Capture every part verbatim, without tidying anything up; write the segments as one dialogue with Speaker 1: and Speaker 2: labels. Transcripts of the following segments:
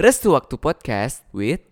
Speaker 1: Restu Waktu Podcast with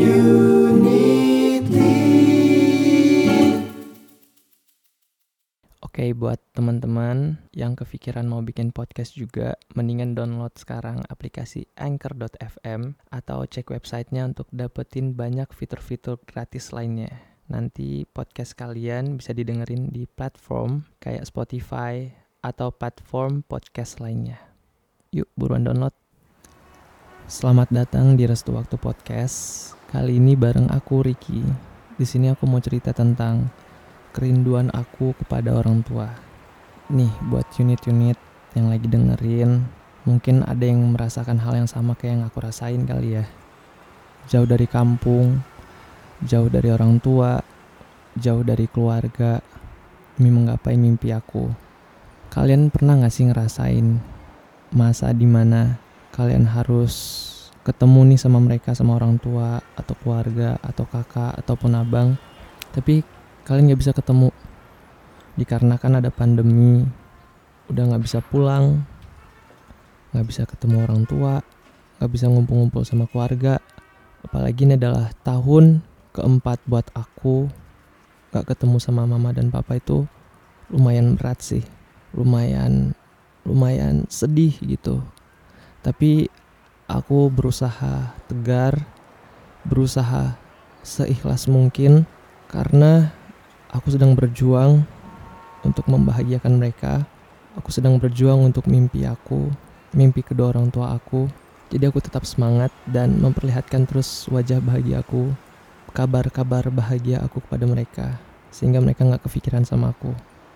Speaker 2: Oke, buat teman-teman yang kepikiran mau bikin podcast juga, mendingan download sekarang aplikasi anchor dot f m atau cek websitenya untuk dapetin banyak fitur-fitur gratis lainnya. Nanti podcast kalian bisa didengerin di platform kayak Spotify atau platform podcast lainnya. Yuk, buruan download. Selamat datang di Restu Waktu Podcast. Kali ini bareng aku Ricky. Di sini aku mau cerita tentang kerinduan aku kepada orang tua. Nih, buat unit-unit yang lagi dengerin, mungkin ada yang merasakan hal yang sama kayak yang aku rasain kali ya. Jauh dari kampung, jauh dari orang tua, jauh dari keluarga, demi menggapai mimpi aku. Kalian pernah gak sih ngerasain masa dimana kalian harus ketemu nih sama mereka, sama orang tua, atau keluarga, atau kakak, ataupun abang, tapi kalian gak bisa ketemu dikarenakan ada pandemi, udah gak bisa pulang, gak bisa ketemu orang tua, gak bisa ngumpul-ngumpul sama keluarga. Apalagi ini adalah tahun keempat buat aku gak ketemu sama mama dan papa. Itu lumayan berat sih, lumayan lumayan sedih gitu. Tapi aku berusaha tegar, berusaha seikhlas mungkin, karena aku sedang berjuang untuk membahagiakan mereka. Aku sedang berjuang untuk mimpi aku, mimpi kedua orang tua aku. Jadi aku tetap semangat dan memperlihatkan terus wajah bahagia aku, kabar-kabar bahagia aku kepada mereka, sehingga mereka gak kepikiran sama aku.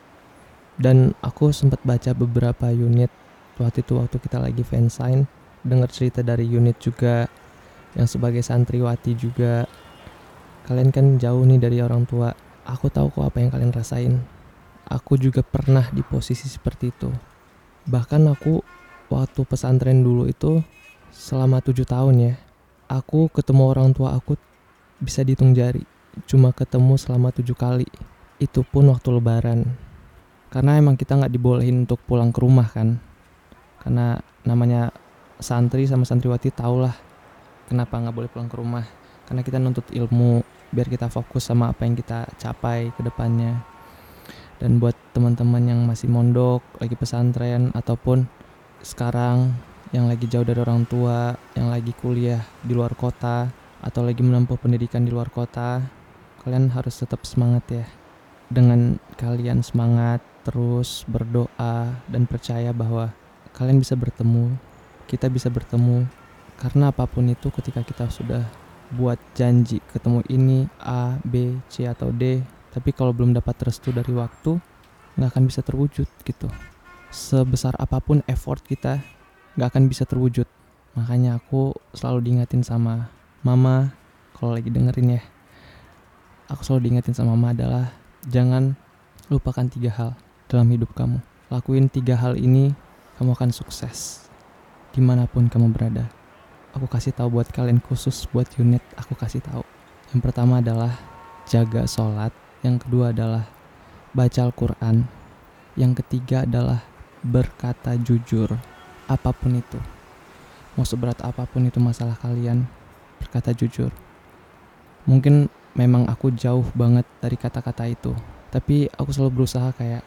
Speaker 2: Dan aku sempat baca beberapa unit waktu itu, waktu kita lagi fansign, dengar cerita dari unit juga yang sebagai santriwati juga. Kalian kan jauh nih dari orang tua. Aku tahu kok apa yang kalian rasain. Aku juga pernah di posisi seperti itu. Bahkan aku waktu pesantren dulu itu selama tujuh tahun ya, aku ketemu orang tua aku bisa dihitung jari. Cuma ketemu selama tujuh kali. Itu pun waktu lebaran. Karena emang kita gak dibolehin untuk pulang ke rumah kan. Karena namanya santri sama santriwati tahulah kenapa gak boleh pulang ke rumah. Karena kita nuntut ilmu biar kita fokus sama apa yang kita capai ke depannya. Dan buat teman-teman yang masih mondok, lagi pesantren, ataupun sekarang yang lagi jauh dari orang tua, yang lagi kuliah di luar kota, atau lagi menempuh pendidikan di luar kota, kalian harus tetap semangat ya. Dengan kalian semangat, terus berdoa dan percaya bahwa kalian bisa bertemu, kita bisa bertemu. Karena apapun itu, ketika kita sudah buat janji ketemu ini A, B, C atau D, tapi kalau belum dapat restu dari waktu, gak akan bisa terwujud gitu. Sebesar apapun effort kita, gak akan bisa terwujud. Makanya aku selalu diingatin sama mama, kalau lagi dengerin ya, aku selalu diingatin sama mama adalah jangan lupakan tiga hal dalam hidup kamu. Lakuin tiga hal ini, kamu akan sukses dimanapun kamu berada. Aku kasih tahu buat kalian, khusus buat unit, aku kasih tahu. Yang pertama adalah jaga sholat. Yang kedua adalah baca Al-Quran. Yang ketiga adalah berkata jujur. Apapun itu, mau seberat apapun itu masalah kalian, berkata jujur. Mungkin memang aku jauh banget dari kata-kata itu, tapi aku selalu berusaha kayak,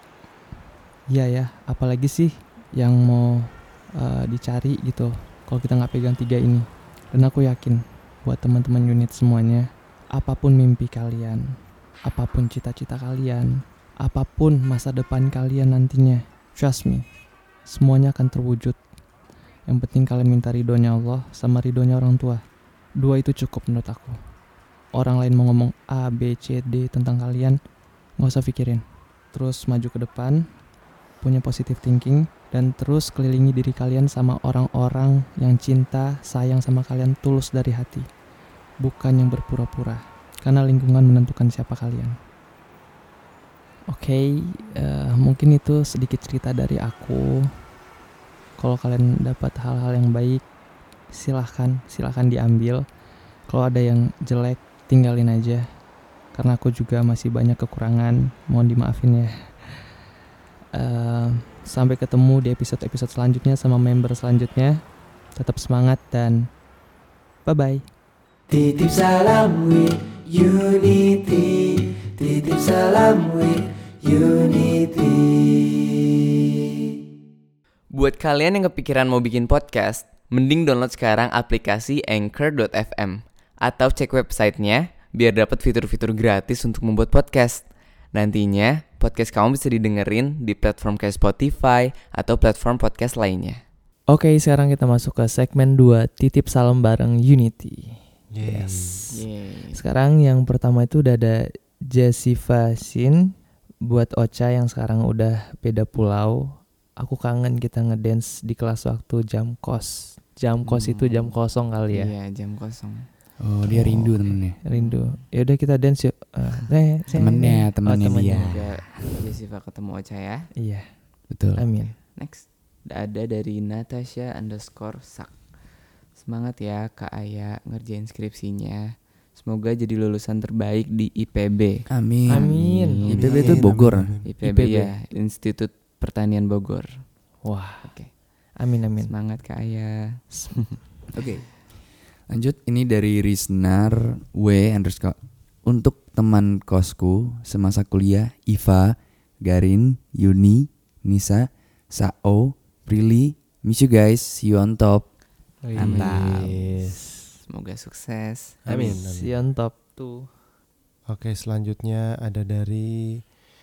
Speaker 2: iya ya, apalagi sih yang mau uh, dicari gitu kalau kita gak pegang tiga ini. Dan aku yakin buat teman-teman unit semuanya, apapun mimpi kalian, apapun cita-cita kalian, apapun masa depan kalian nantinya, trust me, semuanya akan terwujud. Yang penting kalian minta ridhonya Allah sama ridhonya orang tua. Dua itu cukup menurut aku. Orang lain mau ngomong A, B, C, D tentang kalian, gak usah pikirin. Terus maju ke depan, punya positive thinking, dan terus kelilingi diri kalian sama orang-orang yang cinta, sayang sama kalian tulus dari hati, bukan yang berpura-pura, karena lingkungan menentukan siapa kalian. Oke, okay, uh, mungkin itu sedikit cerita dari aku. Kalau kalian dapat hal-hal yang baik, silahkan, silahkan diambil. Kalau ada yang jelek, tinggalin aja. Karena aku juga masih banyak kekurangan, mohon dimaafin ya. Uh, sampai ketemu di episode-episode selanjutnya sama member selanjutnya. Tetap semangat dan Bye-bye.
Speaker 3: Titip salam with Unity. Titip salam with Unity.
Speaker 1: Buat kalian yang kepikiran mau bikin podcast, mending download sekarang aplikasi Anchor dot f m atau cek websitenya biar dapat fitur-fitur gratis untuk membuat podcast. Nantinya, podcast kamu bisa didengerin di platform kayak Spotify atau platform podcast lainnya.
Speaker 2: Oke, sekarang kita masuk ke segmen dua, titip salam bareng Unity.
Speaker 4: Yes.
Speaker 1: Yeay.
Speaker 2: Sekarang yang pertama itu udah ada Jessiva Sin. Buat Ocha yang sekarang udah beda pulau, aku kangen kita ngedance di kelas waktu jam kos. Jam kos
Speaker 1: Hmm.
Speaker 2: itu jam kosong kali ya.
Speaker 1: Iya, jam kosong.
Speaker 4: Oh, dia rindu temennya.
Speaker 2: Rindu. Ya udah kita dance yuk. Uh, eh,
Speaker 4: Temennya, temennya dia.
Speaker 1: Semoga Jessiva ketemu Ocha ya.
Speaker 2: Iya.
Speaker 4: Betul.
Speaker 2: Amin.
Speaker 1: Next, ada dari Natasha underscore sak. Semangat ya Kak Aya ngerjain skripsinya. Semoga jadi lulusan terbaik di I P B.
Speaker 4: Amin.
Speaker 2: Amin.
Speaker 4: I P B itu Bogor.
Speaker 1: I P B,
Speaker 2: I P B.
Speaker 1: ya, Institut Pertanian Bogor.
Speaker 2: Wah.
Speaker 1: Oke.
Speaker 2: Amin amin.
Speaker 1: Semangat Kak Aya.
Speaker 4: Oke. Lanjut, ini dari Riznar W underscore. Untuk teman kosku semasa kuliah, Iva, Garin, Yuni, Nisa, Sao, Prilly, miss you guys, see you on top. Mantap.
Speaker 1: Semoga sukses.
Speaker 4: Amin.
Speaker 2: Si on top tuh.
Speaker 5: Oke, selanjutnya ada dari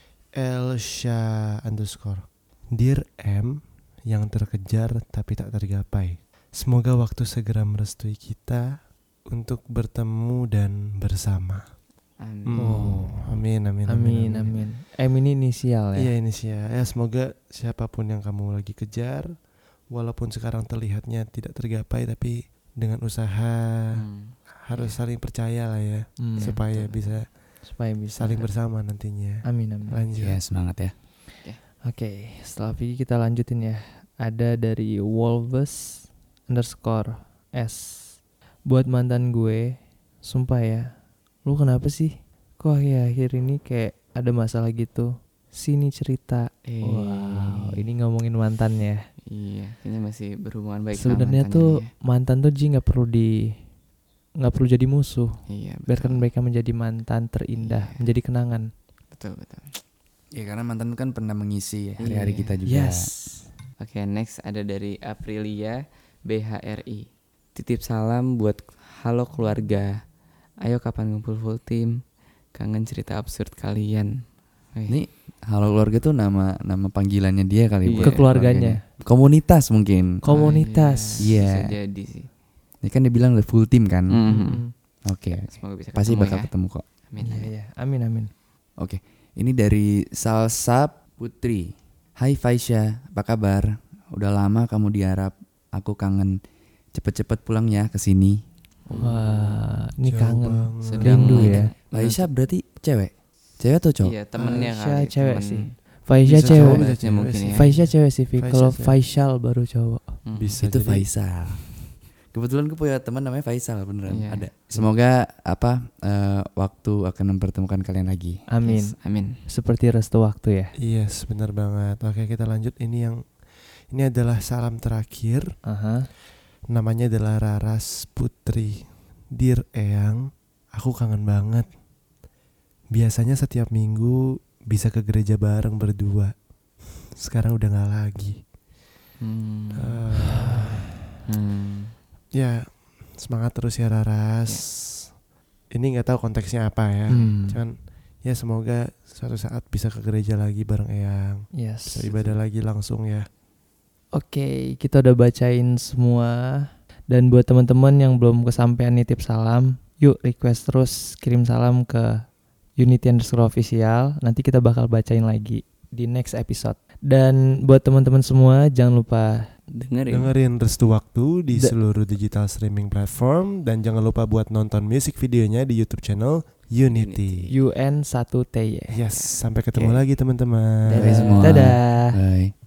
Speaker 5: Elsha underscore. Dear M yang terkejar tapi tak tergapai. Semoga waktu segera merestui kita untuk bertemu dan bersama.
Speaker 1: Amin.
Speaker 5: Oh, amin, amin,
Speaker 2: Amin amin. M ini inisial ya.
Speaker 5: Iya, ini sih ya. Ya, semoga siapapun yang kamu lagi kejar, walaupun sekarang terlihatnya tidak tergapai, tapi dengan usaha
Speaker 1: Hmm.
Speaker 5: harus saling percaya lah ya,
Speaker 2: Hmm.
Speaker 5: supaya
Speaker 1: betul.
Speaker 5: bisa
Speaker 2: Supaya bisa.
Speaker 5: saling bersama nantinya.
Speaker 2: Amin amin.
Speaker 5: Lanjut.
Speaker 4: Ya, semangat ya.
Speaker 2: Oke, setelah Vicky kita lanjutin ya. Ada dari Wolves underscore S. Buat mantan gue, sumpah ya, lu kenapa sih? Kok akhir-akhir ini kayak ada masalah gitu? Sini cerita.
Speaker 1: Eh.
Speaker 2: Wow, ini ngomongin mantan ya.
Speaker 1: Iya, ini masih berhubungan baik sama
Speaker 2: Sebenarnya
Speaker 1: mantannya
Speaker 2: tuh
Speaker 1: dia.
Speaker 2: mantan tuh Ji nggak perlu di nggak perlu jadi musuh.
Speaker 1: Iya, betul.
Speaker 2: Biarkan mereka menjadi mantan terindah,
Speaker 1: Iya.
Speaker 2: menjadi kenangan.
Speaker 1: Betul, betul.
Speaker 4: Ya, karena mantan kan pernah mengisi hari-hari
Speaker 1: Iya.
Speaker 4: kita juga.
Speaker 2: Yes.
Speaker 1: Oke, next ada dari Aprilia B H R I. Titip salam buat halo keluarga. Ayo kapan ngumpul full team? Kangen cerita absurd kalian. Wih.
Speaker 4: Ini halo keluarga tuh nama nama panggilannya dia kali
Speaker 1: Iya,
Speaker 4: buat
Speaker 2: Ke keluarganya.
Speaker 4: komunitas mungkin.
Speaker 2: Komunitas.
Speaker 1: Ah, iya.
Speaker 4: Iya.
Speaker 1: Bisa jadi sih.
Speaker 4: Ini kan dia bilang udah full team kan.
Speaker 1: Mhm.
Speaker 2: Hmm.
Speaker 4: Oke.
Speaker 1: Semoga bisa
Speaker 4: Pasti
Speaker 1: ketemu
Speaker 4: bakal
Speaker 1: ya.
Speaker 4: ketemu kok.
Speaker 1: Amin.
Speaker 2: Iya,
Speaker 1: amin.
Speaker 2: iya. Amin amin.
Speaker 4: Oke. Ini dari Salsa Putri. Hai Faisya, apa kabar? Udah lama kamu di Arab. Aku kangen. Cepet-cepet pulang ya ke sini.
Speaker 2: Wah, ini
Speaker 5: Jauh
Speaker 2: kangen.
Speaker 5: banget.
Speaker 1: Sedang
Speaker 2: Rindu
Speaker 1: main-
Speaker 2: ya.
Speaker 4: Faisya berarti cewek? Cewek atau cowok?
Speaker 1: Iya, temennya
Speaker 2: Aisyah
Speaker 1: kali.
Speaker 2: cewek
Speaker 1: temen.
Speaker 2: sih. Faisya
Speaker 5: Bisa
Speaker 2: cewek.
Speaker 5: cowok, bisa
Speaker 1: Berarti
Speaker 5: cewek
Speaker 1: mungkin
Speaker 5: sih.
Speaker 1: ya.
Speaker 2: Faisya cewek sih, Fik.
Speaker 5: Faisya
Speaker 2: Kalau
Speaker 5: cewek.
Speaker 2: Faisal baru cowok.
Speaker 1: Mhm.
Speaker 5: Bisa
Speaker 4: Itu
Speaker 5: jadi.
Speaker 4: Faisal. Kebetulan gue punya teman namanya Faisal beneran
Speaker 1: Iya.
Speaker 4: ada. Semoga apa eh, waktu akan mempertemukan kalian lagi.
Speaker 2: Amin.
Speaker 1: Yes, amin.
Speaker 2: Seperti restu waktu ya.
Speaker 5: Yes, benar banget. Oke, kita lanjut. Ini yang ini adalah salam terakhir.
Speaker 2: Aha.
Speaker 5: Namanya adalah Raras Putri. Dear Eyang, aku kangen banget. Biasanya setiap minggu bisa ke gereja bareng berdua. Sekarang udah gak lagi.
Speaker 1: Hmm.
Speaker 5: Eh,
Speaker 1: Hmm.
Speaker 5: ya, semangat terus ya Raras. Ini gak tahu konteksnya apa ya.
Speaker 2: Hmm.
Speaker 5: Cuman ya semoga suatu saat bisa ke gereja lagi bareng Eyang.
Speaker 2: Yes.
Speaker 5: Bisa ibadah lagi langsung ya.
Speaker 2: Oke, kita udah bacain semua. Dan buat teman-teman yang belum kesampaian nitip salam, yuk request terus kirim salam ke Unity underscore official. Nanti kita bakal bacain lagi di next episode. Dan buat teman-teman semua jangan lupa
Speaker 1: Dengerin.
Speaker 5: Dengerin Restu Waktu di
Speaker 2: Da-
Speaker 5: seluruh digital streaming platform. Dan jangan lupa buat nonton music videonya di YouTube channel Unity.
Speaker 2: U N satu T Y.
Speaker 5: Yes, sampai ketemu
Speaker 2: Oke.
Speaker 5: lagi teman-teman.
Speaker 4: Dadah semua.
Speaker 2: Dadah.
Speaker 4: Bye.